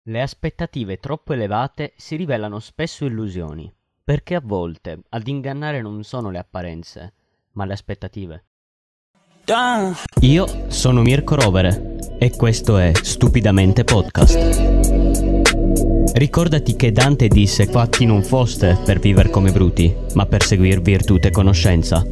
Le aspettative troppo elevate si rivelano spesso illusioni, perché a volte ad ingannare non sono le apparenze, ma le aspettative. Io sono Mirko Rovere e questo è Stupidamente Podcast. Ricordati che Dante disse: fatti non foste per vivere come bruti, ma per seguir virtù e conoscenza.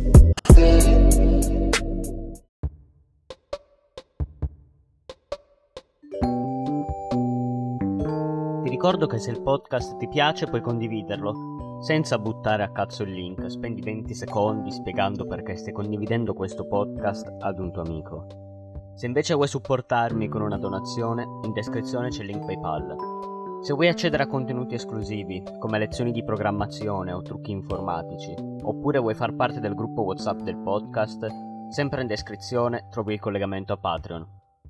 Ti ricordo che se il podcast ti piace puoi condividerlo, senza buttare a cazzo il link. Spendi 20 secondi spiegando perché stai condividendo questo podcast ad un tuo amico. Se invece vuoi supportarmi con una donazione, in descrizione c'è il link PayPal. Se vuoi accedere a contenuti esclusivi, come lezioni di programmazione o trucchi informatici, oppure vuoi far parte del gruppo WhatsApp del podcast, sempre in descrizione trovi il collegamento a Patreon.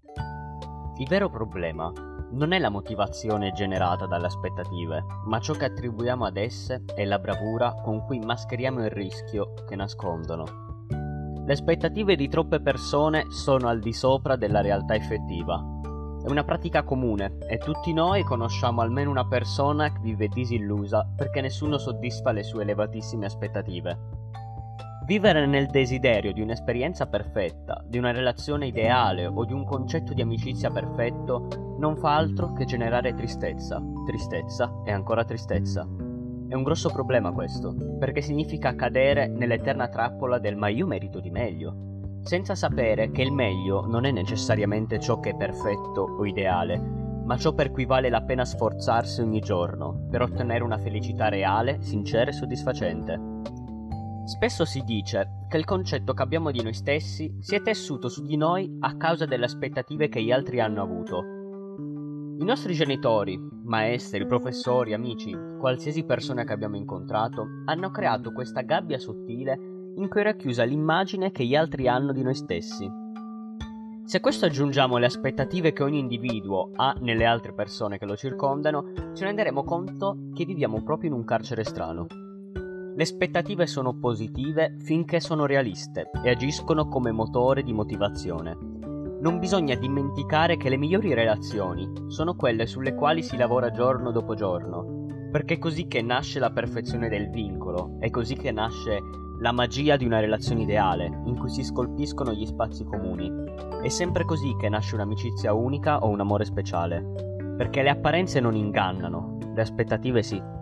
Il vero problema non è la motivazione generata dalle aspettative, ma ciò che attribuiamo ad esse è la bravura con cui mascheriamo il rischio che nascondono. Le aspettative di troppe persone sono al di sopra della realtà effettiva. È una pratica comune e tutti noi conosciamo almeno una persona che vive disillusa perché nessuno soddisfa le sue elevatissime aspettative. Vivere nel desiderio di un'esperienza perfetta, di una relazione ideale o di un concetto di amicizia perfetto non fa altro che generare tristezza, tristezza e ancora tristezza. È un grosso problema questo, perché significa cadere nell'eterna trappola del ma io merito di meglio, senza sapere che il meglio non è necessariamente ciò che è perfetto o ideale, ma ciò per cui vale la pena sforzarsi ogni giorno per ottenere una felicità reale, sincera e soddisfacente. Spesso si dice che il concetto che abbiamo di noi stessi si è tessuto su di noi a causa delle aspettative che gli altri hanno avuto. I nostri genitori, maestri, professori, amici, qualsiasi persona che abbiamo incontrato, hanno creato questa gabbia sottile in cui è racchiusa l'immagine che gli altri hanno di noi stessi. Se a questo aggiungiamo le aspettative che ogni individuo ha nelle altre persone che lo circondano, ci renderemo conto che viviamo proprio in un carcere strano. Le aspettative sono positive finché sono realiste e agiscono come motore di motivazione. Non bisogna dimenticare che le migliori relazioni sono quelle sulle quali si lavora giorno dopo giorno, perché è così che nasce la perfezione del vincolo, è così che nasce la magia di una relazione ideale, in cui si scolpiscono gli spazi comuni. È sempre così che nasce un'amicizia unica o un amore speciale, perché le apparenze non ingannano, le aspettative sì.